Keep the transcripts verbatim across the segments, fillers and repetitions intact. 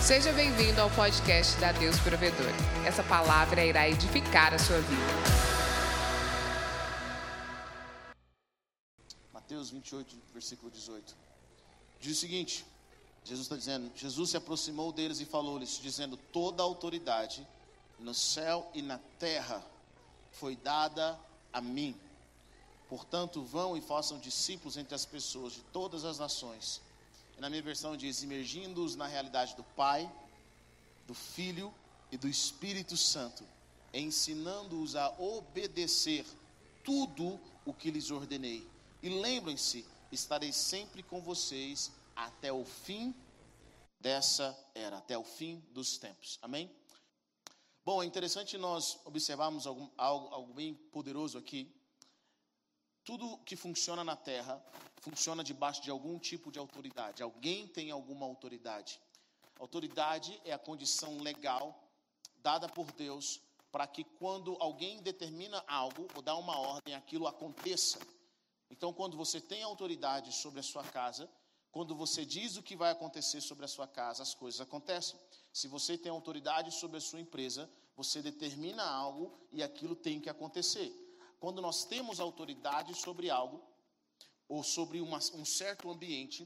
Seja bem-vindo ao podcast da Deus Provedor. Essa palavra irá edificar a sua vida. Mateus vinte e oito, versículo dezoito. Diz o seguinte, Jesus está dizendo, Jesus se aproximou deles e falou-lhes, dizendo, toda a autoridade no céu e na terra foi dada a mim. Portanto, vão e façam discípulos entre as pessoas de todas as nações. Na minha versão diz, imergindo-os na realidade do Pai, do Filho e do Espírito Santo, ensinando-os a obedecer tudo o que lhes ordenei. E lembrem-se, estarei sempre com vocês até o fim dessa era, até o fim dos tempos. Amém? Bom, é interessante nós observarmos algum, algo, algo bem poderoso aqui. Tudo que funciona na terra, funciona debaixo de algum tipo de autoridade. Alguém tem alguma autoridade. Autoridade é a condição legal dada por Deus para que quando alguém determina algo ou dá uma ordem, aquilo aconteça. Então, quando você tem autoridade sobre a sua casa, quando você diz o que vai acontecer sobre a sua casa, as coisas acontecem. Se você tem autoridade sobre a sua empresa, você determina algo e aquilo tem que acontecer. Quando nós temos autoridade sobre algo, ou sobre uma, um certo ambiente,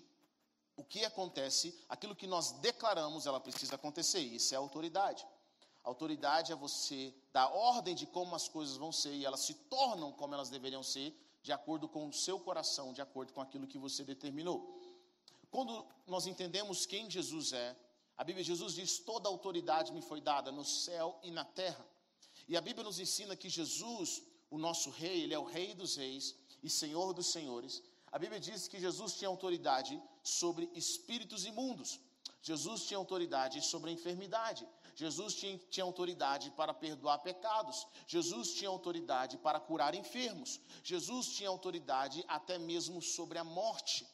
o que acontece, aquilo que nós declaramos, ela precisa acontecer. Isso é autoridade. Autoridade é você dar ordem de como as coisas vão ser, e elas se tornam como elas deveriam ser, de acordo com o seu coração, de acordo com aquilo que você determinou. Quando nós entendemos quem Jesus é, a Bíblia, Jesus diz, toda autoridade me foi dada no céu e na terra. E a Bíblia nos ensina que Jesus, o nosso rei, ele é o rei dos reis e senhor dos senhores. A Bíblia diz que Jesus tinha autoridade sobre espíritos imundos. Jesus tinha autoridade sobre a enfermidade. Jesus tinha, tinha autoridade para perdoar pecados. Jesus tinha autoridade para curar enfermos. Jesus tinha autoridade até mesmo sobre a morte.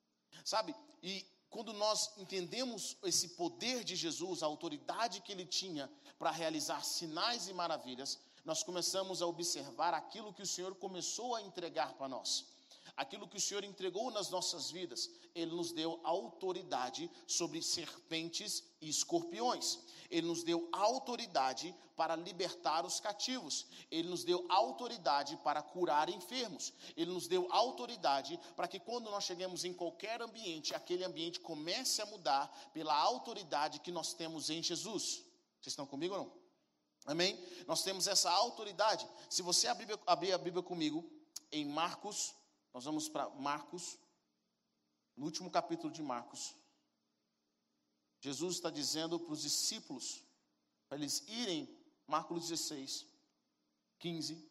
Sabe? E quando nós entendemos esse poder de Jesus, a autoridade que ele tinha para realizar sinais e maravilhas, nós começamos a observar aquilo que o Senhor começou a entregar para nós. Aquilo que o Senhor entregou nas nossas vidas. Ele nos deu autoridade sobre serpentes e escorpiões. Ele nos deu autoridade para libertar os cativos. Ele nos deu autoridade para curar enfermos. Ele nos deu autoridade para que quando nós chegamos em qualquer ambiente, aquele ambiente comece a mudar pela autoridade que nós temos em Jesus. Vocês estão comigo ou não? Amém? Nós temos essa autoridade. Se você abrir, abrir a Bíblia comigo, em Marcos, nós vamos para Marcos, no último capítulo de Marcos. Jesus está dizendo para os discípulos, para eles irem, Marcos dezesseis, quinze.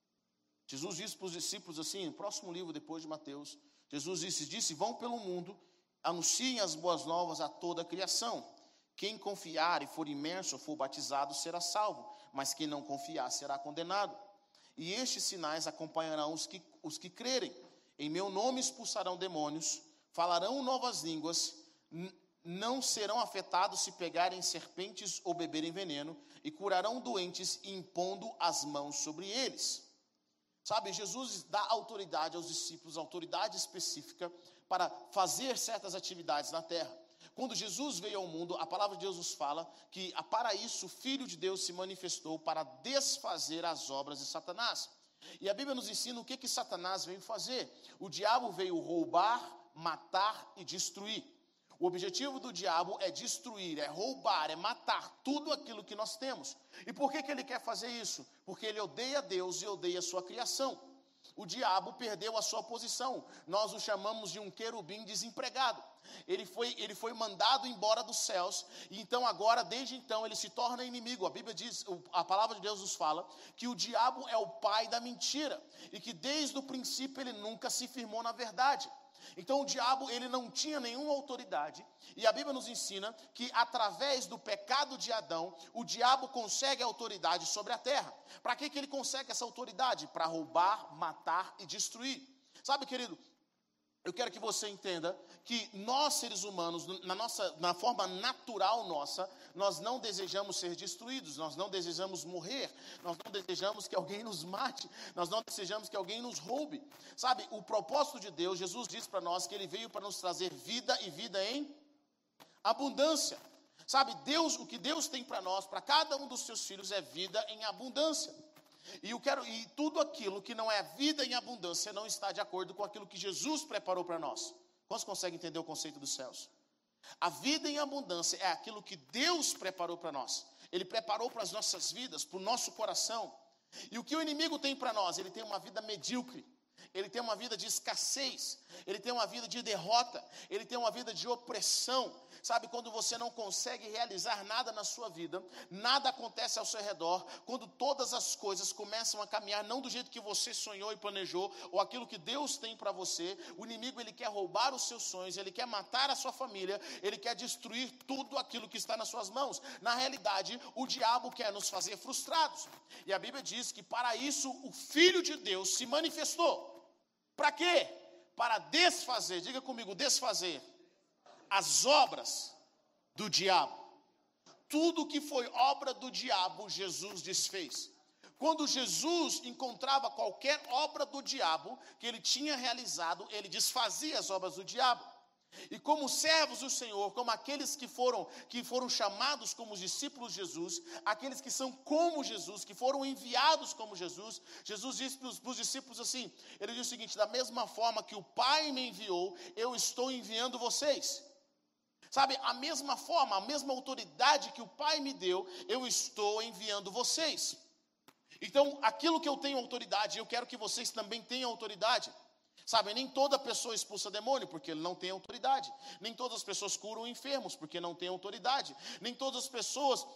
Jesus disse para os discípulos assim, no próximo livro depois de Mateus, Jesus disse, disse, vão pelo mundo, anunciem as boas novas a toda a criação. Quem confiar e for imerso ou for batizado será salvo, mas quem não confiar será condenado. E estes sinais acompanharão os que, os que crerem. Em meu nome expulsarão demônios, falarão novas línguas, n- não serão afetados se pegarem serpentes ou beberem veneno, e curarão doentes impondo as mãos sobre eles. Sabe, Jesus dá autoridade aos discípulos, autoridade específica para fazer certas atividades na terra. Quando Jesus veio ao mundo, a palavra de Deus nos fala que para isso o Filho de Deus se manifestou para desfazer as obras de Satanás. E a Bíblia nos ensina o que, que Satanás veio fazer. O diabo veio roubar, matar e destruir. O objetivo do diabo é destruir, é roubar, é matar tudo aquilo que nós temos. E por que, que ele quer fazer isso? Porque ele odeia Deus e odeia a sua criação. O diabo perdeu a sua posição. Nós o chamamos de um querubim desempregado. Ele foi, ele foi mandado embora dos céus. E então agora, desde então, ele se torna inimigo. A Bíblia diz, a palavra de Deus nos fala, que o diabo é o pai da mentira. E que desde o princípio ele nunca se firmou na verdade. Então o diabo, ele não tinha nenhuma autoridade, e a Bíblia nos ensina que através do pecado de Adão, o diabo consegue autoridade sobre a terra. Para que que ele consegue essa autoridade? Para roubar, matar e destruir. Sabe, querido, eu quero que você entenda que nós, seres humanos, na, nossa, na forma natural nossa, nós não desejamos ser destruídos, nós não desejamos morrer, nós não desejamos que alguém nos mate, nós não desejamos que alguém nos roube. Sabe, o propósito de Deus, Jesus diz para nós que Ele veio para nos trazer vida e vida em abundância. Sabe, Deus, o que Deus tem para nós, para cada um dos seus filhos, é vida em abundância. E, eu quero, e tudo aquilo que não é vida em abundância não está de acordo com aquilo que Jesus preparou para nós. Quantos conseguem entender o conceito dos céus? A vida em abundância é aquilo que Deus preparou para nós. Ele preparou para as nossas vidas, para o nosso coração. E o que o inimigo tem para nós? Ele tem uma vida medíocre. Ele tem uma vida de escassez, ele tem uma vida de derrota, ele tem uma vida de opressão. Sabe, quando você não consegue realizar nada na sua vida, nada acontece ao seu redor, quando todas as coisas começam a caminhar não do jeito que você sonhou e planejou, ou aquilo que Deus tem para você, o inimigo ele quer roubar os seus sonhos, ele quer matar a sua família, ele quer destruir tudo aquilo que está nas suas mãos. Na realidade, o diabo quer nos fazer frustrados. E a Bíblia diz que para isso o Filho de Deus se manifestou. Para quê? Para desfazer, diga comigo, desfazer as obras do diabo. Tudo que foi obra do diabo, Jesus desfez. Quando Jesus encontrava qualquer obra do diabo que ele tinha realizado, ele desfazia as obras do diabo. E como servos do Senhor, como aqueles que foram, que foram chamados como os discípulos de Jesus, aqueles que são como Jesus, que foram enviados como Jesus, Jesus disse para os, para os discípulos assim, ele diz o seguinte: da mesma forma que o Pai me enviou, eu estou enviando vocês. Sabe, a mesma forma, a mesma autoridade que o Pai me deu, eu estou enviando vocês. Então, aquilo que eu tenho autoridade, eu quero que vocês também tenham autoridade. Sabe, nem toda pessoa expulsa demônio, porque ele não tem autoridade. Nem todas as pessoas curam enfermos, porque não tem autoridade. Nem todas as pessoas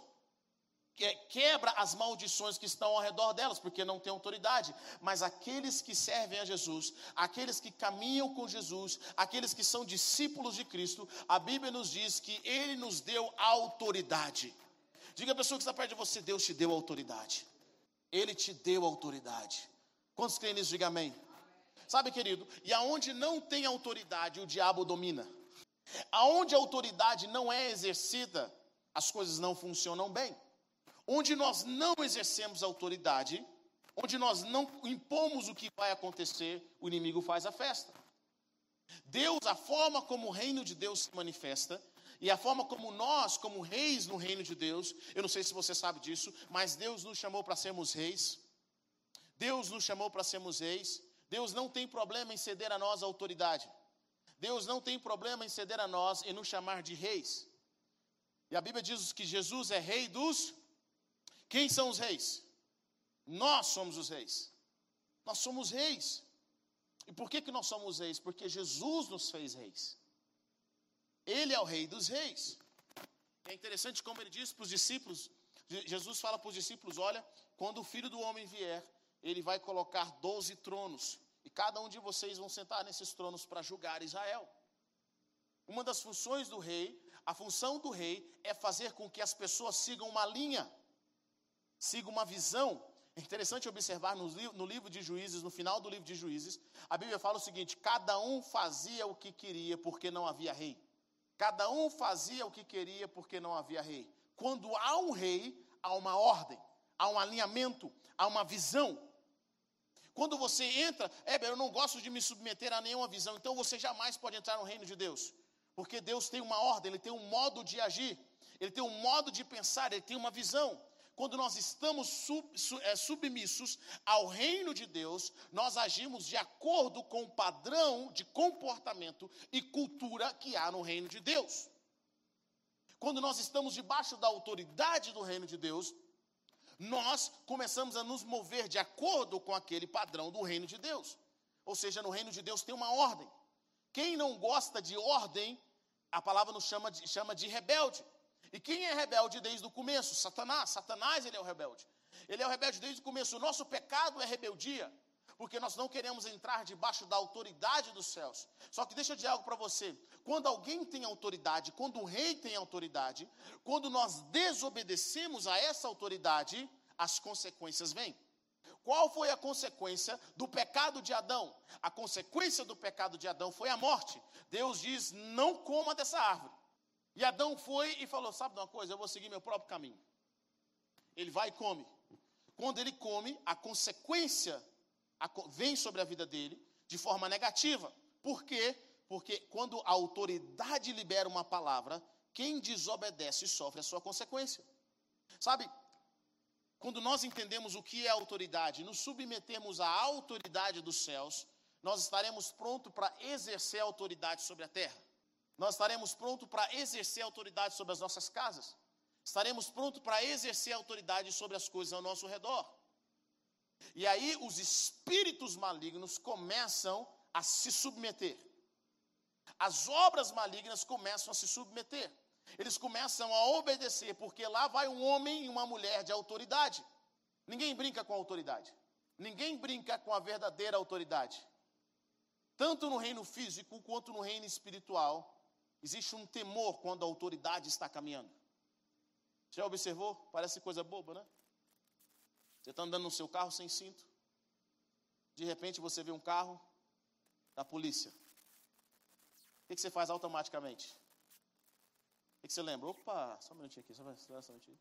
quebram as maldições que estão ao redor delas, porque não tem autoridade. Mas aqueles que servem a Jesus, aqueles que caminham com Jesus, aqueles que são discípulos de Cristo, a Bíblia nos diz que Ele nos deu autoridade. Diga a pessoa que está perto de você: Deus te deu autoridade. Ele te deu autoridade. Quantos creem nisso? Diga amém. Sabe, querido, e aonde não tem autoridade, o diabo domina. Aonde a autoridade não é exercida, as coisas não funcionam bem. Onde nós não exercemos autoridade, onde nós não impomos o que vai acontecer, o inimigo faz a festa. Deus, a forma como o reino de Deus se manifesta, e a forma como nós, como reis no reino de Deus, eu não sei se você sabe disso, mas Deus nos chamou para sermos reis. Deus nos chamou para sermos reis. Deus não tem problema em ceder a nós a autoridade. Deus não tem problema em ceder a nós e nos chamar de reis. E a Bíblia diz que Jesus é rei dos... Quem são os reis? Nós somos os reis. Nós somos reis. E por que que nós somos reis? Porque Jesus nos fez reis. Ele é o rei dos reis. É interessante como ele diz para os discípulos, Jesus fala para os discípulos: olha, quando o Filho do Homem vier, ele vai colocar doze tronos, e cada um de vocês vão sentar nesses tronos para julgar Israel. Uma das funções do rei, a função do rei é fazer com que as pessoas sigam uma linha, sigam uma visão. É interessante observar no, no livro de Juízes, no final do livro de Juízes, a Bíblia fala o seguinte: cada um fazia o que queria porque não havia rei. Cada um fazia o que queria porque não havia rei. Quando há um rei, há uma ordem, há um alinhamento, há uma visão. Quando você entra, é, eu não gosto de me submeter a nenhuma visão, então você jamais pode entrar no reino de Deus. Porque Deus tem uma ordem, Ele tem um modo de agir, Ele tem um modo de pensar, Ele tem uma visão. Quando nós estamos sub, su, é, submissos ao reino de Deus, nós agimos de acordo com o padrão de comportamento e cultura que há no reino de Deus. Quando nós estamos debaixo da autoridade do reino de Deus, nós começamos a nos mover de acordo com aquele padrão do reino de Deus. Ou seja, no reino de Deus tem uma ordem. Quem não gosta de ordem, a palavra nos chama de, chama de rebelde. E quem é rebelde desde o começo? Satanás. Satanás, ele é o rebelde. Ele é o rebelde desde o começo. O nosso pecado é rebeldia, porque nós não queremos entrar debaixo da autoridade dos céus. Só que deixa eu dizer algo para você. Quando alguém tem autoridade, quando um rei tem autoridade, quando nós desobedecemos a essa autoridade, as consequências vêm. Qual foi a consequência do pecado de Adão? A consequência do pecado de Adão foi a morte. Deus diz: não coma dessa árvore. E Adão foi e falou: sabe de uma coisa, eu vou seguir meu próprio caminho. Ele vai e come. Quando ele come, a consequência vem sobre a vida dele de forma negativa. Por quê? Porque quando a autoridade libera uma palavra, quem desobedece sofre a sua consequência. Sabe, quando nós entendemos o que é autoridade, nos submetemos à autoridade dos céus, nós estaremos prontos para exercer a autoridade sobre a terra. Nós estaremos prontos para exercer a autoridade sobre as nossas casas. Estaremos prontos para exercer a autoridade sobre as coisas ao nosso redor. E aí os espíritos malignos começam a se submeter. As obras malignas começam a se submeter. Eles começam a obedecer, porque lá vai um homem e uma mulher de autoridade. Ninguém brinca com a autoridade. Ninguém brinca com a verdadeira autoridade. Tanto no reino físico quanto no reino espiritual, existe um temor quando a autoridade está caminhando. Já observou? Parece coisa boba, né? Você está andando no seu carro sem cinto. De repente você vê um carro da polícia. O que você faz automaticamente? O que você lembra? Opa, só um minutinho aqui, só um minutinho.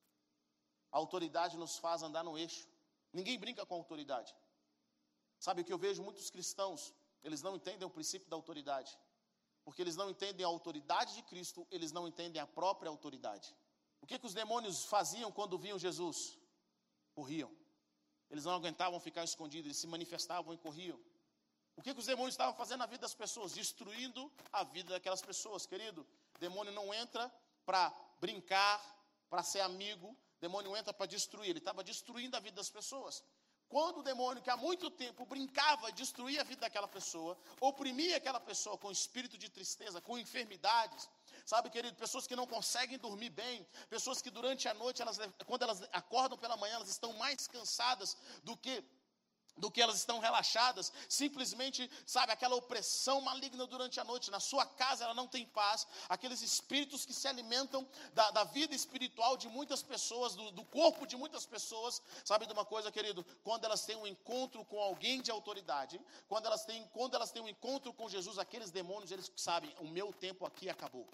A autoridade nos faz andar no eixo. Ninguém brinca com a autoridade. Sabe o que eu vejo? Muitos cristãos, eles não entendem o princípio da autoridade. Porque eles não entendem a autoridade de Cristo, eles não entendem a própria autoridade. O que, que os demônios faziam quando viam Jesus? Corriam. Eles não aguentavam ficar escondidos, eles se manifestavam e corriam. O que, que os demônios estavam fazendo na vida das pessoas? Destruindo a vida daquelas pessoas, querido. Demônio não entra para brincar, para ser amigo. Demônio entra para destruir. Ele estava destruindo a vida das pessoas. Quando o demônio, que há muito tempo brincava, destruía a vida daquela pessoa, oprimia aquela pessoa com espírito de tristeza, com enfermidades, sabe, querido, pessoas que não conseguem dormir bem, pessoas que durante a noite, elas, quando elas acordam pela manhã, elas estão mais cansadas do que... do que elas estão relaxadas, simplesmente, sabe, aquela opressão maligna durante a noite, na sua casa ela não tem paz, aqueles espíritos que se alimentam da, da vida espiritual de muitas pessoas, do, do corpo de muitas pessoas, sabe de uma coisa, querido, quando elas têm um encontro com alguém de autoridade, quando elas têm, quando elas têm um encontro com Jesus, aqueles demônios, eles sabem, o meu tempo aqui acabou,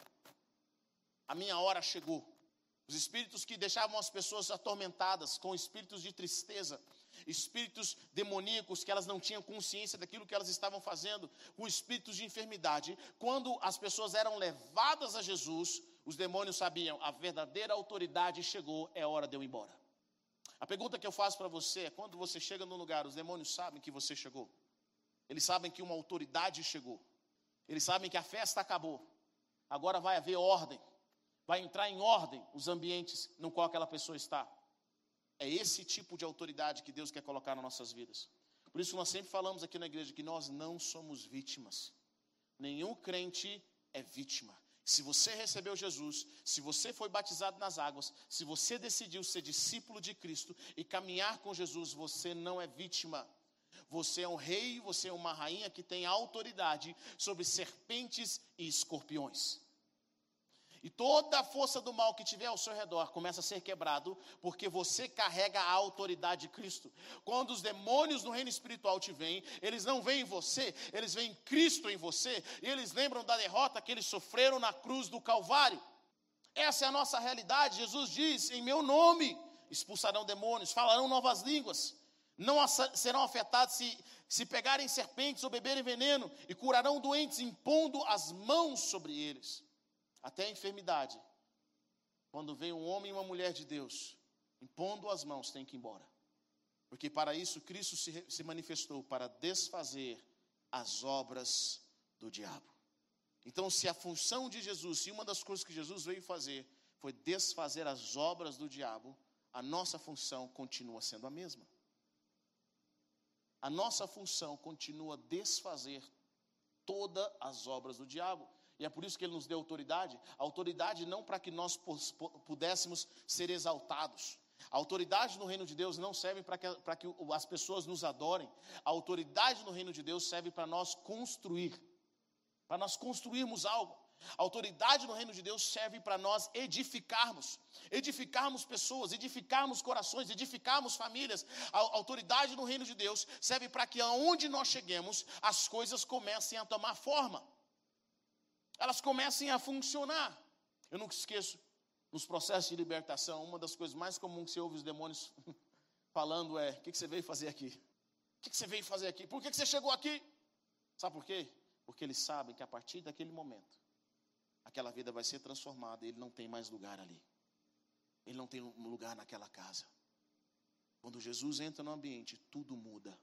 a minha hora chegou. Os espíritos que deixavam as pessoas atormentadas com espíritos de tristeza, espíritos demoníacos que elas não tinham consciência daquilo que elas estavam fazendo, com espíritos de enfermidade. Quando as pessoas eram levadas a Jesus, os demônios sabiam, a verdadeira autoridade chegou, é hora de eu ir embora. A pergunta que eu faço para você é, quando você chega num lugar, os demônios sabem que você chegou. Eles sabem que uma autoridade chegou. Eles sabem que a festa acabou. Agora vai haver ordem. Vai entrar em ordem os ambientes no qual aquela pessoa está. É esse tipo de autoridade que Deus quer colocar nas nossas vidas. Por isso nós sempre falamos aqui na igreja que nós não somos vítimas. Nenhum crente é vítima. Se você recebeu Jesus, se você foi batizado nas águas, se você decidiu ser discípulo de Cristo e caminhar com Jesus, você não é vítima. Você é um rei, você é uma rainha que tem autoridade sobre serpentes e escorpiões. E toda a força do mal que tiver ao seu redor começa a ser quebrado, porque você carrega a autoridade de Cristo. Quando os demônios no reino espiritual te veem, eles não veem você, eles veem Cristo em você, e eles lembram da derrota que eles sofreram na cruz do Calvário. Essa é a nossa realidade. Jesus diz, em meu nome expulsarão demônios, falarão novas línguas, não serão afetados se, se pegarem serpentes ou beberem veneno, e curarão doentes impondo as mãos sobre eles. Até a enfermidade, quando vem um homem e uma mulher de Deus, impondo as mãos, tem que ir embora. Porque para isso Cristo se, se manifestou, para desfazer as obras do diabo. Então, se a função de Jesus, se uma das coisas que Jesus veio fazer foi desfazer as obras do diabo, a nossa função continua sendo a mesma. A nossa função continua desfazer todas as obras do diabo. E é por isso que ele nos deu autoridade. A autoridade não para que nós pudéssemos ser exaltados. A autoridade no reino de Deus não serve para que, para que as pessoas nos adorem. A autoridade no reino de Deus serve para nós construir. Para nós construirmos algo. A autoridade no reino de Deus serve para nós edificarmos. Edificarmos pessoas, edificarmos corações, edificarmos famílias. A autoridade no reino de Deus serve para que aonde nós cheguemos, as coisas comecem a tomar forma. Elas comecem a funcionar. Eu nunca esqueço, nos processos de libertação, uma das coisas mais comuns que você ouve os demônios falando é, o que, que você veio fazer aqui? O que, que você veio fazer aqui? Por que, que você chegou aqui? Sabe por quê? Porque eles sabem que a partir daquele momento, aquela vida vai ser transformada e ele não tem mais lugar ali. Ele não tem um lugar naquela casa. Quando Jesus entra no ambiente, tudo muda.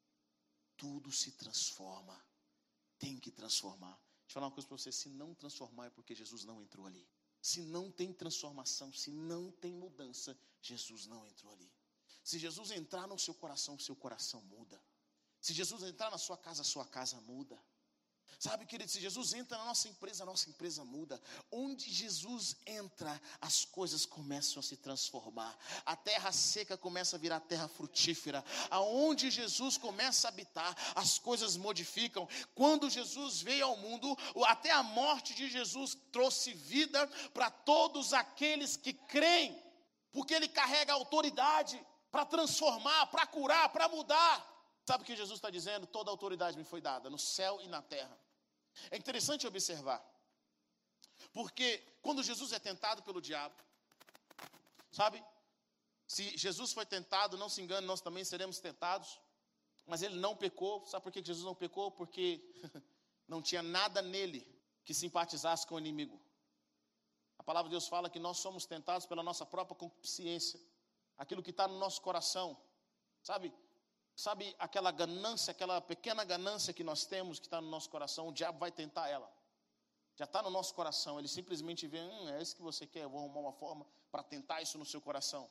Tudo se transforma. Tem que transformar. Deixa eu falar uma coisa para você, se não transformar é porque Jesus não entrou ali. Se não tem transformação, se não tem mudança, Jesus não entrou ali. Se Jesus entrar no seu coração, o seu coração muda. Se Jesus entrar na sua casa, a sua casa muda. Sabe, querido, se Jesus entra na nossa empresa, a nossa empresa muda. Onde Jesus entra, as coisas começam a se transformar. A terra seca começa a virar terra frutífera. Aonde Jesus começa a habitar, as coisas modificam. Quando Jesus veio ao mundo, até a morte de Jesus trouxe vida para todos aqueles que creem. Porque ele carrega autoridade para transformar, para curar, para mudar. Sabe o que Jesus está dizendo? Toda a autoridade me foi dada, no céu e na terra. É interessante observar, porque quando Jesus é tentado pelo diabo, sabe? Se Jesus foi tentado, não se engane, nós também seremos tentados. Mas ele não pecou. Sabe por que Jesus não pecou? Porque não tinha nada nele que simpatizasse com o inimigo. A palavra de Deus fala que nós somos tentados pela nossa própria concupiscência. Aquilo que está no nosso coração, sabe? Sabe aquela ganância, aquela pequena ganância que nós temos, que está no nosso coração, o diabo vai tentar ela. Já está no nosso coração, ele simplesmente vê, hum, é isso que você quer, eu vou arrumar uma forma para tentar isso no seu coração.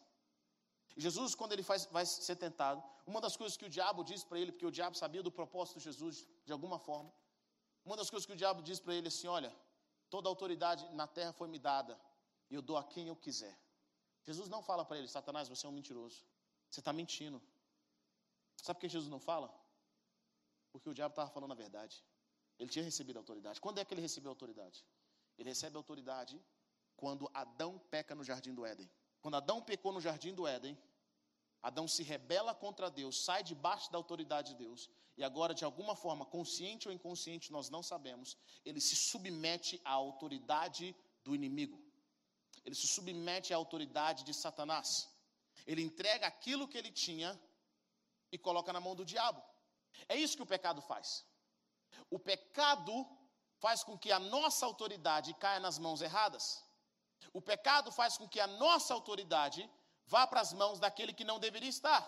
E Jesus, quando ele faz, vai ser tentado, uma das coisas que o diabo diz para ele, porque o diabo sabia do propósito de Jesus, de alguma forma, uma das coisas que o diabo diz para ele é assim, olha, toda a autoridade na terra foi me dada, e eu dou a quem eu quiser. Jesus não fala para ele, Satanás, você é um mentiroso, você está mentindo. Sabe por que Jesus não fala? Porque o diabo estava falando a verdade. Ele tinha recebido a autoridade. Quando é que ele recebeu a autoridade? Ele recebe a autoridade quando Adão peca no jardim do Éden. Quando Adão pecou no jardim do Éden, Adão se rebela contra Deus, sai debaixo da autoridade de Deus, e agora, de alguma forma, consciente ou inconsciente, nós não sabemos, ele se submete à autoridade do inimigo. Ele se submete à autoridade de Satanás. Ele entrega aquilo que ele tinha e coloca na mão do diabo. É isso que o pecado faz. O pecado faz com que a nossa autoridade caia nas mãos erradas. O pecado faz com que a nossa autoridade vá para as mãos daquele que não deveria estar.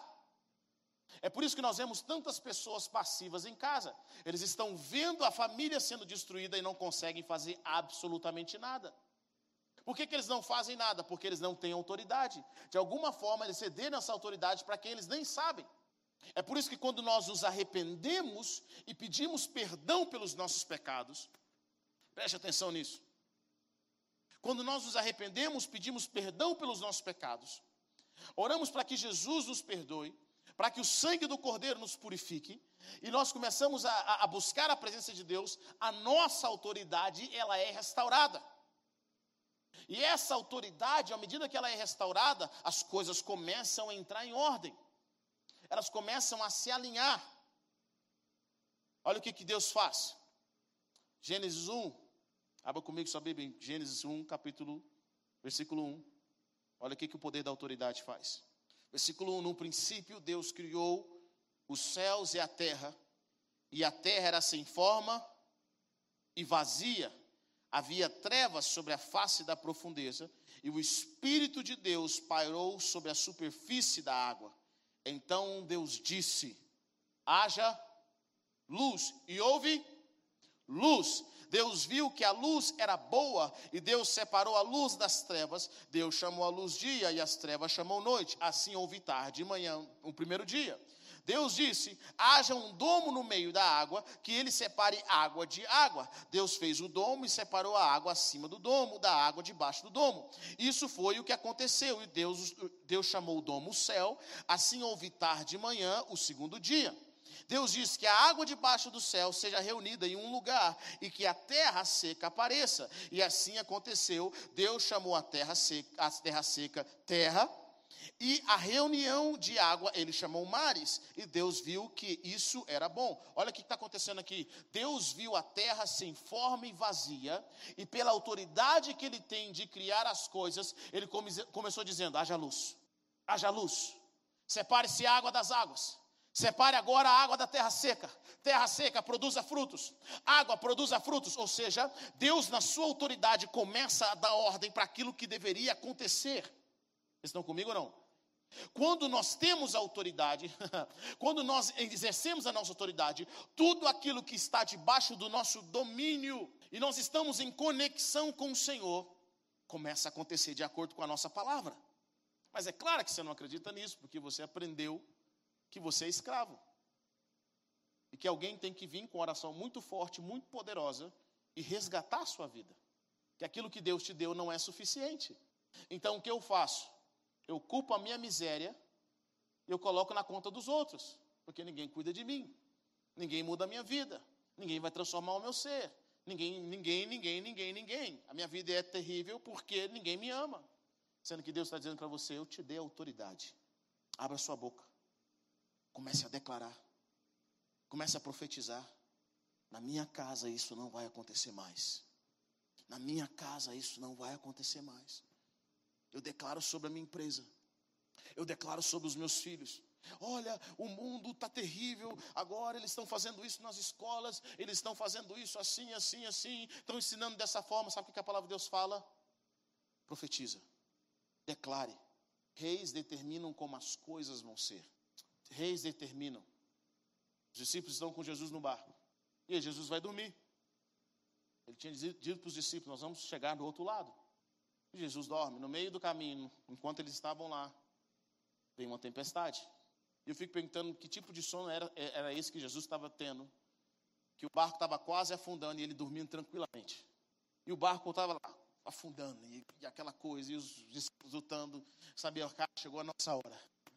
É por isso que nós vemos tantas pessoas passivas em casa. Eles estão vendo a família sendo destruída e não conseguem fazer absolutamente nada. Por que que eles não fazem nada? Porque eles não têm autoridade. De alguma forma, eles cederam essa autoridade para quem eles nem sabem. É por isso que quando nós nos arrependemos e pedimos perdão pelos nossos pecados, preste atenção nisso. Quando nós nos arrependemos, pedimos perdão pelos nossos pecados, oramos para que Jesus nos perdoe, para que o sangue do Cordeiro nos purifique, e nós começamos a, a buscar a presença de Deus, a nossa autoridade, ela é restaurada. E essa autoridade, à medida que ela é restaurada, as coisas começam a entrar em ordem. Elas começam a se alinhar. Olha o que, que Deus faz. Gênesis um. Abra comigo sua Bíblia em Gênesis um, capítulo, versículo um. Olha o que, que o poder da autoridade faz. Versículo um. No princípio, Deus criou os céus e a terra. E a terra era sem forma e vazia. Havia trevas sobre a face da profundeza. E o Espírito de Deus pairou sobre a superfície da água. Então Deus disse, haja luz, e houve luz. Deus viu que a luz era boa, e Deus separou a luz das trevas. Deus chamou a luz dia, e as trevas chamou noite. Assim houve tarde e manhã, o primeiro dia. Deus disse, haja um domo no meio da água, que ele separe água de água. Deus fez o domo e separou a água acima do domo, da água debaixo do domo. Isso foi o que aconteceu, e Deus, Deus chamou o domo céu. Assim houve tarde e manhã, o segundo dia. Deus disse que a água debaixo do céu seja reunida em um lugar, e que a terra seca apareça. E assim aconteceu. Deus chamou a terra seca, a terra seca, terra, e a reunião de água ele chamou mares, e Deus viu que isso era bom. Olha o que está acontecendo aqui. Deus viu a terra sem forma e vazia, e pela autoridade que ele tem de criar as coisas, ele come, começou dizendo, haja luz, haja luz, separe-se a água das águas, Separe agora a água da terra seca. Terra seca, produza frutos. Água, produza frutos. Ou seja, Deus, na sua autoridade, começa a dar ordem para aquilo que deveria acontecer. Vocês estão comigo ou não? Quando nós temos autoridade, quando nós exercemos a nossa autoridade, tudo aquilo que está debaixo do nosso domínio, e nós estamos em conexão com o Senhor, começa a acontecer de acordo com a nossa palavra. Mas é claro que você não acredita nisso, porque você aprendeu que você é escravo. E que alguém tem que vir com uma oração muito forte, muito poderosa, e resgatar a sua vida. Que aquilo que Deus te deu não é suficiente. Então o que eu faço? Eu culpo a minha miséria e eu coloco na conta dos outros. Porque ninguém cuida de mim. Ninguém muda a minha vida. Ninguém vai transformar o meu ser. Ninguém, ninguém, ninguém, ninguém, ninguém. A minha vida é terrível porque ninguém me ama. Sendo que Deus está dizendo para você, eu te dei autoridade. Abra sua boca. Comece a declarar. Comece a profetizar. Na minha casa isso não vai acontecer mais. Na minha casa isso não vai acontecer mais. Eu declaro sobre a minha empresa. Eu declaro sobre os meus filhos. Olha, o mundo está terrível. Agora eles estão fazendo isso nas escolas. Eles estão fazendo isso assim, assim, assim. Estão ensinando dessa forma. Sabe o que a palavra de Deus fala? Profetiza. Declare. Reis determinam como as coisas vão ser. Reis determinam. Os discípulos estão com Jesus no barco. E aí Jesus vai dormir. Ele tinha dito para os discípulos, nós vamos chegar do outro lado. E Jesus dorme. No meio do caminho, enquanto eles estavam lá, vem uma tempestade. E eu fico perguntando que tipo de sono era, era esse que Jesus estava tendo. Que o barco estava quase afundando e ele dormindo tranquilamente. E o barco estava lá, afundando. E, e aquela coisa, e os discípulos lutando. Sabia, cara, chegou a nossa hora.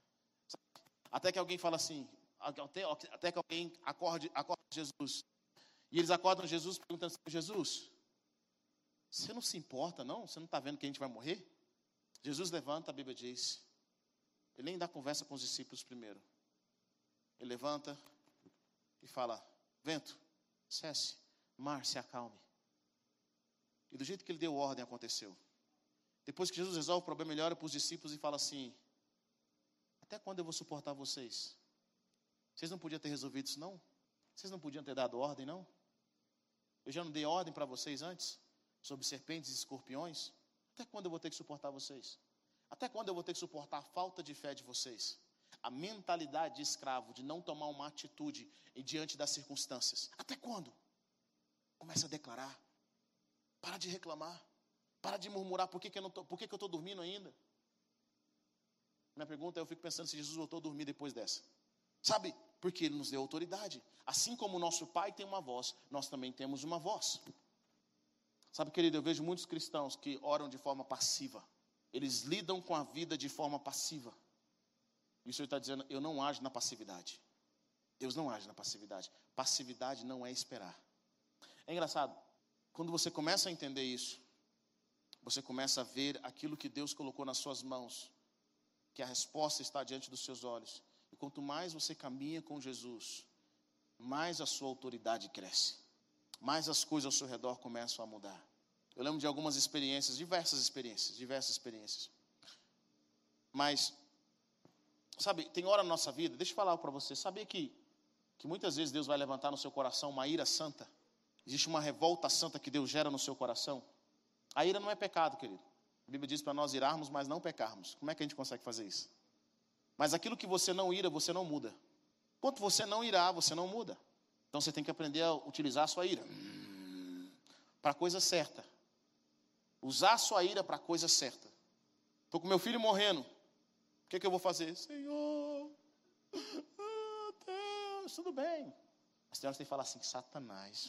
Até que alguém fala assim, até, até que alguém acorde, acorde Jesus. E eles acordam Jesus perguntando assim, Jesus, você não se importa não? Você não está vendo que a gente vai morrer? Jesus levanta, a Bíblia diz, ele nem dá conversa com os discípulos primeiro. Ele levanta e fala, vento, cesse, mar, se acalme. E do jeito que ele deu ordem, aconteceu. Depois que Jesus resolve o problema, ele olha para os discípulos e fala assim, até quando eu vou suportar vocês? Vocês não podiam ter resolvido isso não? Vocês não podiam ter dado ordem não? Eu já não dei ordem para vocês antes? Sobre serpentes e escorpiões? Até quando eu vou ter que suportar vocês? Até quando eu vou ter que suportar a falta de fé de vocês? A mentalidade de escravo, de não tomar uma atitude diante das circunstâncias. Até quando? Começa a declarar. Para de reclamar. Para de murmurar. Por que, que eu não tô, por que, que eu estou dormindo ainda? Minha pergunta é, eu fico pensando se Jesus voltou a dormir depois dessa. Sabe? Porque ele nos deu autoridade. Assim como o nosso Pai tem uma voz, nós também temos uma voz. Sabe, querido, eu vejo muitos cristãos que oram de forma passiva. Eles lidam com a vida de forma passiva. E o Senhor está dizendo, eu não ajo na passividade. Deus não age na passividade. Passividade não é esperar. É engraçado, quando você começa a entender isso, você começa a ver aquilo que Deus colocou nas suas mãos, que a resposta está diante dos seus olhos. E quanto mais você caminha com Jesus, mais a sua autoridade cresce. Mais as coisas ao seu redor começam a mudar. Eu lembro de algumas experiências, diversas experiências, diversas experiências. Mas, sabe, tem hora na nossa vida, deixa eu falar para você, sabia que, que muitas vezes Deus vai levantar no seu coração uma ira santa? Existe uma revolta santa que Deus gera no seu coração? A ira não é pecado, querido. A Bíblia diz para nós irarmos, mas não pecarmos. Como é que a gente consegue fazer isso? Mas aquilo que você não ira, você não muda. Enquanto você não irar, você não muda. Então você tem que aprender a utilizar a sua ira hum, para a coisa certa. Usar a sua ira para a coisa certa. Estou com meu filho morrendo. O que, que eu vou fazer? Senhor, oh Deus, tudo bem. Mas tem hora que você tem que falar assim, Satanás,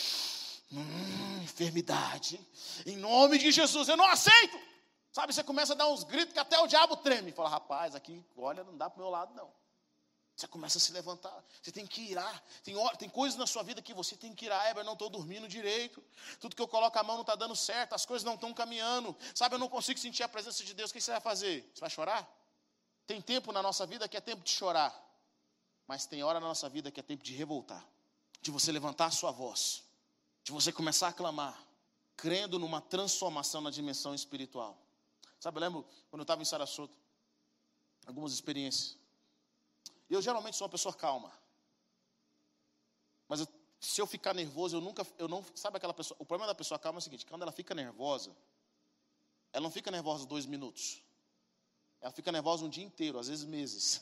hum, enfermidade, em nome de Jesus, eu não aceito. Sabe, você começa a dar uns gritos que até o diabo treme. Fala, rapaz, aqui, olha, não dá para o meu lado não. Você começa a se levantar, você tem que irar. Tem, tem coisas na sua vida que você tem que irar. Eu não estou dormindo direito. Tudo que eu coloco a mão não está dando certo. As coisas não estão caminhando. Sabe, eu não consigo sentir a presença de Deus. O que você vai fazer? Você vai chorar? Tem tempo na nossa vida que é tempo de chorar. Mas tem hora na nossa vida que é tempo de revoltar. De você levantar a sua voz. De você começar a clamar. Crendo numa transformação na dimensão espiritual. Sabe, eu lembro quando eu estava em Sarasota. Algumas experiências. Eu geralmente sou uma pessoa calma. Mas eu, se eu ficar nervoso, eu nunca, eu não, sabe aquela pessoa, o problema da pessoa calma é o seguinte, quando ela fica nervosa, ela não fica nervosa dois minutos. Ela fica nervosa um dia inteiro, às vezes meses.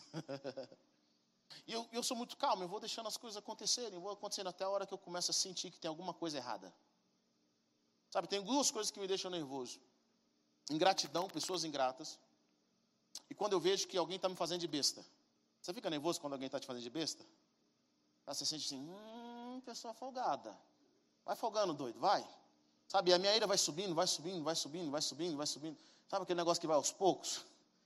E eu, eu sou muito calmo, eu vou deixando as coisas acontecerem, eu vou acontecendo até a hora que eu começo a sentir que tem alguma coisa errada. Sabe, tem duas coisas que me deixam nervoso. Ingratidão, pessoas ingratas. E quando eu vejo que alguém está me fazendo de besta. Você fica nervoso quando alguém está te fazendo de besta? Você sente assim, hum, pessoa folgada. Vai folgando, doido, vai. Sabe, a minha ira vai subindo, vai subindo, vai subindo, vai subindo, vai subindo. Sabe aquele negócio que vai aos poucos?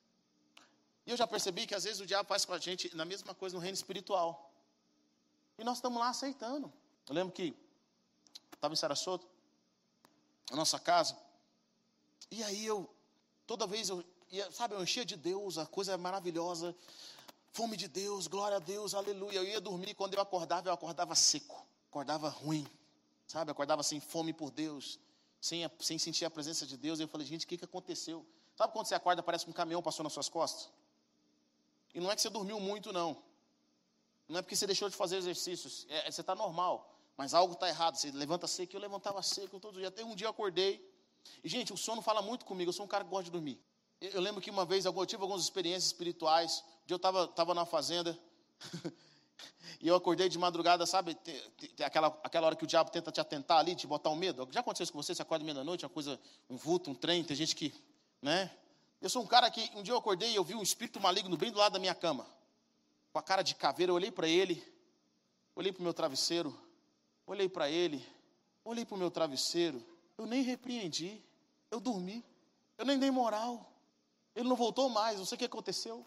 E eu já percebi que às vezes o diabo faz com a gente na mesma coisa no reino espiritual. E nós estamos lá aceitando. Eu lembro que estava em Sarasota, na nossa casa. E aí eu, toda vez eu, ia, sabe, eu enchia de Deus, a coisa maravilhosa. Fome de Deus, glória a Deus, aleluia. Eu ia dormir, quando eu acordava, eu acordava seco. Acordava ruim, sabe, acordava sem fome por Deus. Sem, a, sem sentir a presença de Deus. E eu falei, gente, o que, que aconteceu? Sabe quando você acorda, parece que um caminhão passou nas suas costas? E não é que você dormiu muito, não. Não é porque você deixou de fazer exercícios. É, você está normal. Mas algo está errado. Você levanta seco. Eu levantava seco todo dia. Até um dia eu acordei. E, gente, o sono fala muito comigo. Eu sou um cara que gosta de dormir. Eu, eu lembro que uma vez eu tive algumas experiências espirituais. Um dia eu estava tava na fazenda. E eu acordei de madrugada, sabe? Tem, tem aquela, aquela hora que o diabo tenta te atentar ali, te botar um medo. Já aconteceu isso com você? Você acorda meia-noite, uma coisa, um vulto, um trem. Tem gente que, né? Eu sou um cara que, um dia eu acordei e eu vi um espírito maligno bem do lado da minha cama. Com a cara de caveira, eu olhei para ele, olhei para o meu travesseiro, olhei para ele, olhei para o meu travesseiro, eu nem repreendi, eu dormi, eu nem dei moral, ele não voltou mais, não sei o que aconteceu.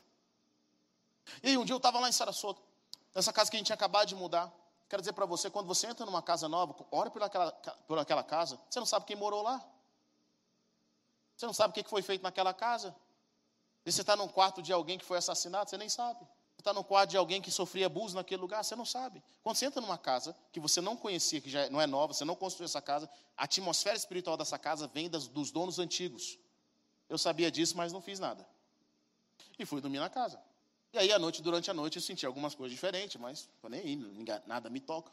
E aí um dia eu estava lá em Sarasota, nessa casa que a gente tinha acabado de mudar. Quero dizer para você, quando você entra numa casa nova, ora por aquela, por aquela casa, você não sabe quem morou lá. Você não sabe o que foi feito naquela casa. E você está num quarto de alguém que foi assassinado, você nem sabe. Você está num quarto de alguém que sofria abuso naquele lugar, você não sabe. Quando você entra numa casa que você não conhecia, que já não é nova, você não construiu essa casa, a atmosfera espiritual dessa casa vem das, dos donos antigos. Eu sabia disso, mas não fiz nada. E fui dormir na casa. E aí, à noite, durante a noite, eu senti algumas coisas diferentes, mas tô nem aí, nada me toca.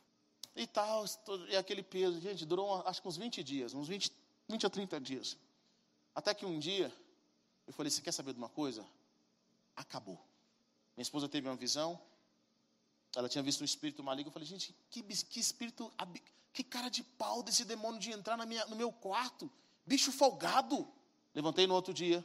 E tal, e aquele peso, gente, durou acho que uns vinte dias, uns vinte, vinte a trinta dias. Até que um dia, eu falei, você quer saber de uma coisa? Acabou. Minha esposa teve uma visão, ela tinha visto um espírito maligno, eu falei, gente, que, que espírito, que cara de pau desse demônio de entrar na minha, no meu quarto, bicho folgado. Levantei no outro dia,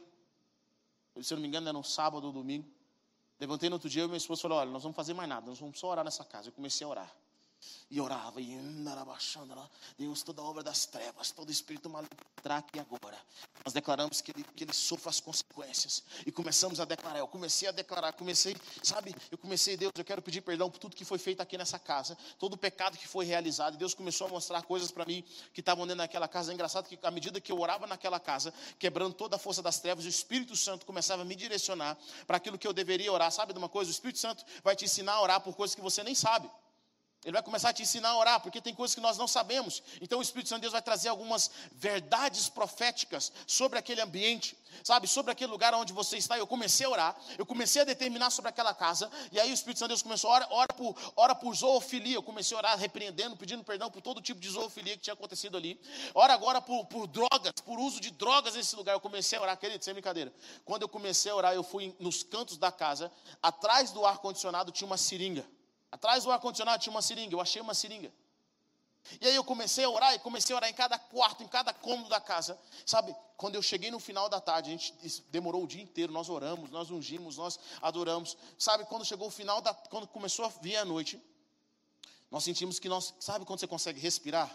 se eu não me engano era um sábado ou domingo, levantei no outro dia e minha esposa falou, olha, nós vamos fazer mais nada, nós vamos só orar nessa casa. Eu comecei a orar. E orava, e baixando lá, Deus, toda obra das trevas, todo espírito maligno, entrar aqui agora. Nós declaramos que ele, que ele sofra as consequências. E começamos a declarar, eu comecei a declarar, comecei, sabe, eu comecei, Deus, eu quero pedir perdão por tudo que foi feito aqui nessa casa, todo o pecado que foi realizado. E Deus começou a mostrar coisas para mim que estavam dentro daquela casa. É engraçado que à medida que eu orava naquela casa, quebrando toda a força das trevas, o Espírito Santo começava a me direcionar para aquilo que eu deveria orar. Sabe de uma coisa? O Espírito Santo vai te ensinar a orar por coisas que você nem sabe. Ele vai começar a te ensinar a orar, porque tem coisas que nós não sabemos. Então o Espírito Santo de Deus vai trazer algumas verdades proféticas sobre aquele ambiente, sabe, sobre aquele lugar onde você está. Eu comecei a orar, eu comecei a determinar sobre aquela casa, e aí o Espírito Santo de Deus começou a orar, ora por, ora por zoofilia. Eu comecei a orar repreendendo, pedindo perdão por todo tipo de zoofilia que tinha acontecido ali. Ora agora por, por drogas, por uso de drogas nesse lugar. Eu comecei a orar, querido, sem brincadeira. Quando eu comecei a orar, eu fui nos cantos da casa, atrás do ar-condicionado tinha uma seringa. Atrás do ar-condicionado tinha uma seringa, eu achei uma seringa. E aí eu comecei a orar, e comecei a orar em cada quarto, em cada cômodo da casa. Sabe, quando eu cheguei no final da tarde, a gente demorou o dia inteiro, nós oramos, nós ungimos, nós adoramos. Sabe, quando chegou o final, da, quando começou a vir a noite, nós sentimos que nós, sabe quando você consegue respirar?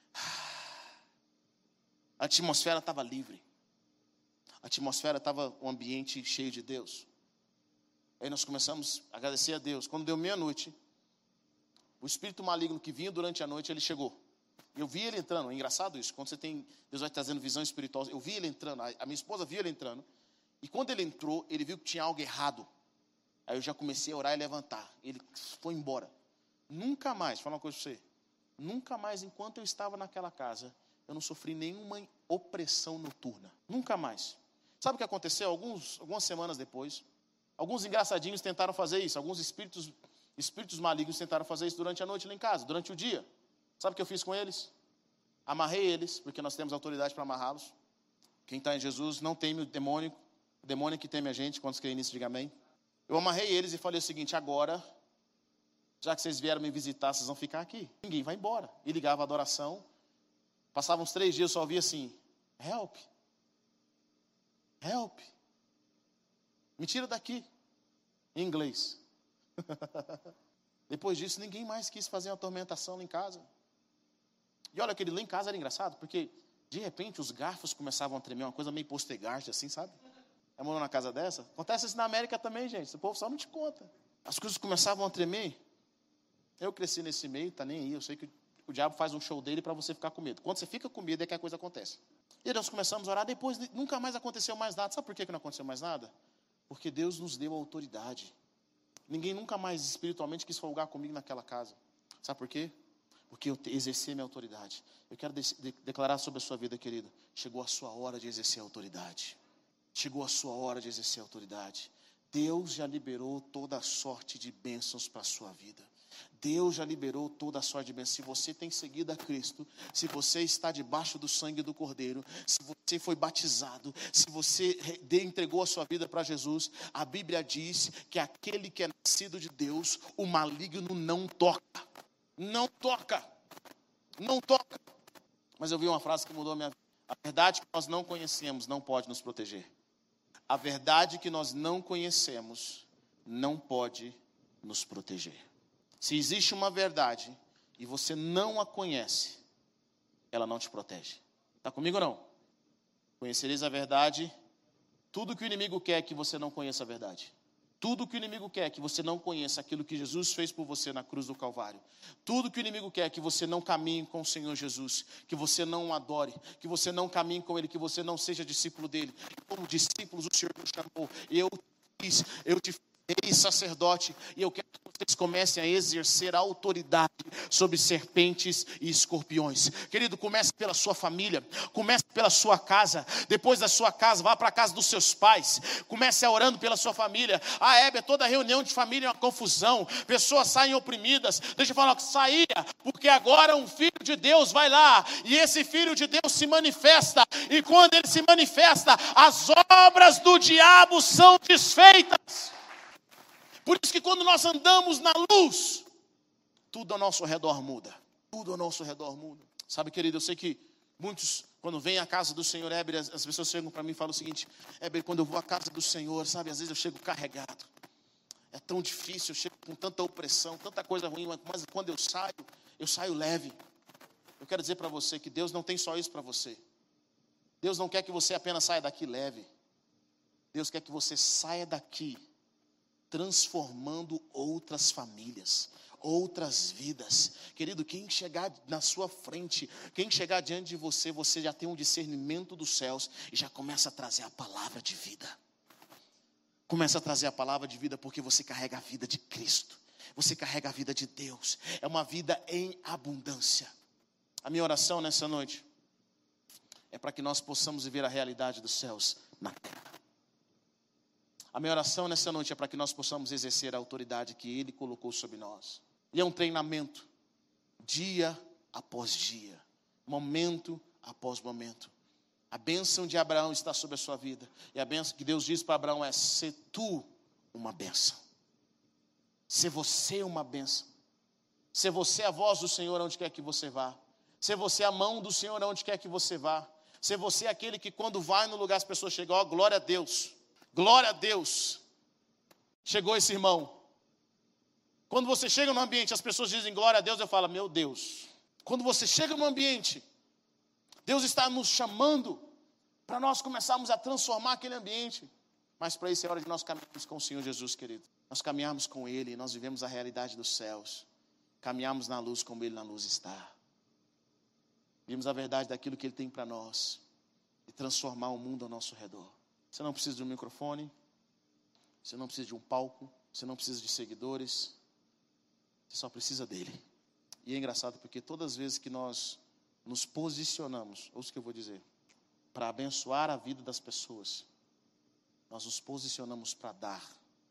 A atmosfera estava livre. A atmosfera estava um ambiente cheio de Deus. Aí nós começamos a agradecer a Deus. Quando deu meia-noite, o espírito maligno que vinha durante a noite, ele chegou. Eu vi ele entrando. É engraçado isso. Quando você tem, Deus vai trazendo visão espiritual. Eu vi ele entrando. A minha esposa viu ele entrando. E quando ele entrou, ele viu que tinha algo errado. Aí eu já comecei a orar e levantar. Ele foi embora. Nunca mais, vou falar uma coisa para você. Nunca mais, enquanto eu estava naquela casa, eu não sofri nenhuma opressão noturna. Nunca mais. Sabe o que aconteceu? Alguns, algumas semanas depois, Alguns engraçadinhos tentaram fazer isso. Alguns espíritos, espíritos malignos tentaram fazer isso durante a noite lá em casa, durante o dia. Sabe o que eu fiz com eles? Amarrei eles, porque nós temos autoridade para amarrá-los. Quem está em Jesus não teme o demônio. O demônio que teme a gente. Quantos creem nisso, diga amém. Eu amarrei eles e falei o seguinte: agora, já que vocês vieram me visitar, vocês vão ficar aqui. Ninguém vai embora. E ligava a adoração. Passavam uns três dias, eu só ouvia assim: help. Help. Me tira daqui. Em inglês. Depois disso, ninguém mais quis fazer uma atormentação lá em casa. E olha, aquele lá em casa era engraçado, porque de repente os garfos começavam a tremer, uma coisa meio postergarte assim, sabe? Já morou na casa dessa? Acontece isso na América também, gente. O povo só não te conta. As coisas começavam a tremer. Eu cresci nesse meio, tá nem aí. Eu sei que o diabo faz um show dele para você ficar com medo. Quando você fica com medo é que a coisa acontece. E nós começamos a orar, depois nunca mais aconteceu mais nada. Sabe por que não aconteceu mais nada? Porque Deus nos deu autoridade. Ninguém nunca mais espiritualmente quis folgar comigo naquela casa. Sabe por quê? Porque eu exerci minha autoridade. Eu quero de- de- declarar sobre a sua vida, querido. Chegou a sua hora de exercer a autoridade. Chegou a sua hora de exercer a autoridade. Deus já liberou toda a sorte de bênçãos para a sua vida. Deus já liberou toda a sorte de bênçãos. Se você tem seguido a Cristo, se você está debaixo do sangue do Cordeiro, se você foi batizado, se você entregou a sua vida para Jesus, a Bíblia diz que aquele que é nascido de Deus, o maligno não toca. Não toca. Não toca. Mas eu vi uma frase que mudou a minha vida. A verdade que nós não conhecemos não pode nos proteger. A verdade que nós não conhecemos não pode nos proteger. Se existe uma verdade e você não a conhece, ela não te protege. Está comigo ou não? Conhecereis a verdade. Tudo que o inimigo quer é que você não conheça a verdade. Tudo que o inimigo quer é que você não conheça aquilo que Jesus fez por você na cruz do Calvário. Tudo que o inimigo quer é que você não caminhe com o Senhor Jesus, que você não o adore, que você não caminhe com Ele, que você não seja discípulo dEle. Como discípulos o Senhor nos chamou. Eu te fiz, eu te fiz sacerdote, e eu quero que vocês comecem a exercer a autoridade sobre serpentes e escorpiões. Querido, comece pela sua família, comece pela sua casa, depois da sua casa, vá para a casa dos seus pais, comece a orando pela sua família. Ah, Hebe, toda reunião de família é uma confusão, pessoas saem oprimidas. Deixa eu falar que saía, porque agora um filho de Deus vai lá, e esse filho de Deus se manifesta, e quando ele se manifesta, as obras do diabo são desfeitas. Por isso que quando nós andamos na luz, tudo ao nosso redor muda. Tudo ao nosso redor muda. Sabe, querido, eu sei que muitos, quando vêm à casa do Senhor, Éber, as, as pessoas chegam para mim e falam o seguinte: Éber, quando eu vou à casa do Senhor, sabe, às vezes eu chego carregado. É tão difícil, eu chego com tanta opressão, tanta coisa ruim, mas quando eu saio, eu saio leve. Eu quero dizer para você que Deus não tem só isso para você. Deus não quer que você apenas saia daqui leve. Deus quer que você saia daqui transformando outras famílias, outras vidas. Querido, quem chegar na sua frente, quem chegar diante de você, você já tem um discernimento dos céus e já começa a trazer a palavra de vida. Começa a trazer a palavra de vida porque você carrega a vida de Cristo. Você carrega a vida de Deus. É uma vida em abundância. A minha oração nessa noite é para que nós possamos viver a realidade dos céus na terra. A minha oração nessa noite é para que nós possamos exercer a autoridade que Ele colocou sobre nós. E é um treinamento, dia após dia, momento após momento. A bênção de Abraão está sobre a sua vida. E a bênção que Deus diz para Abraão é: ser tu uma bênção. Ser você uma bênção. Ser você a voz do Senhor onde quer que você vá. Ser você a mão do Senhor onde quer que você vá. Ser você aquele que quando vai no lugar as pessoas chegam: ó, glória a Deus. Glória a Deus. Chegou esse irmão. Quando você chega no ambiente, as pessoas dizem glória a Deus, eu falo: meu Deus. Quando você chega no ambiente, Deus está nos chamando para nós começarmos a transformar aquele ambiente. Mas para isso é hora de nós caminharmos com o Senhor Jesus, querido. Nós caminharmos com Ele, nós vivemos a realidade dos céus. Caminhamos na luz como Ele na luz está. Vimos a verdade daquilo que Ele tem para nós. E transformar o mundo ao nosso redor. Você não precisa de um microfone, você não precisa de um palco, você não precisa de seguidores, você só precisa dele. E é engraçado porque todas as vezes que nós nos posicionamos, ouça o que eu vou dizer, para abençoar a vida das pessoas, nós nos posicionamos para dar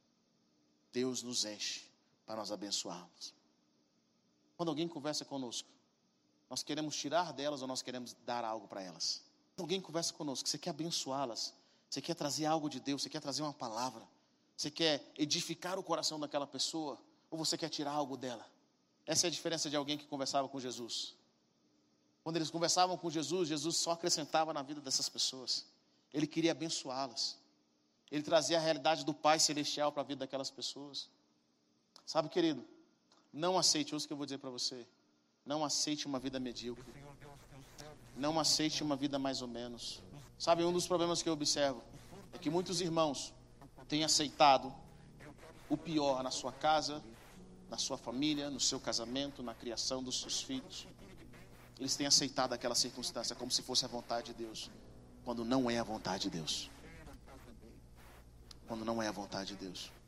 Deus nos enche para nós abençoarmos. Quando alguém conversa conosco, nós queremos tirar delas ou nós queremos dar algo para elas? Quando alguém conversa conosco, você quer abençoá-las, você quer trazer algo de Deus, você quer trazer uma palavra, você quer edificar o coração daquela pessoa, ou você quer tirar algo dela? Essa é a diferença de alguém que conversava com Jesus. Quando eles conversavam com Jesus, Jesus só acrescentava na vida dessas pessoas. Ele queria abençoá-las. Ele trazia a realidade do Pai Celestial para a vida daquelas pessoas. Sabe, querido, não aceite, ouça o que eu vou dizer para você. Não aceite uma vida medíocre. Não aceite uma vida mais ou menos. Sabe, um dos problemas que eu observo é que muitos irmãos têm aceitado o pior na sua casa, na sua família, no seu casamento, na criação dos seus filhos. Eles têm aceitado aquela circunstância como se fosse a vontade de Deus, quando não é a vontade de Deus. Quando não é a vontade de Deus.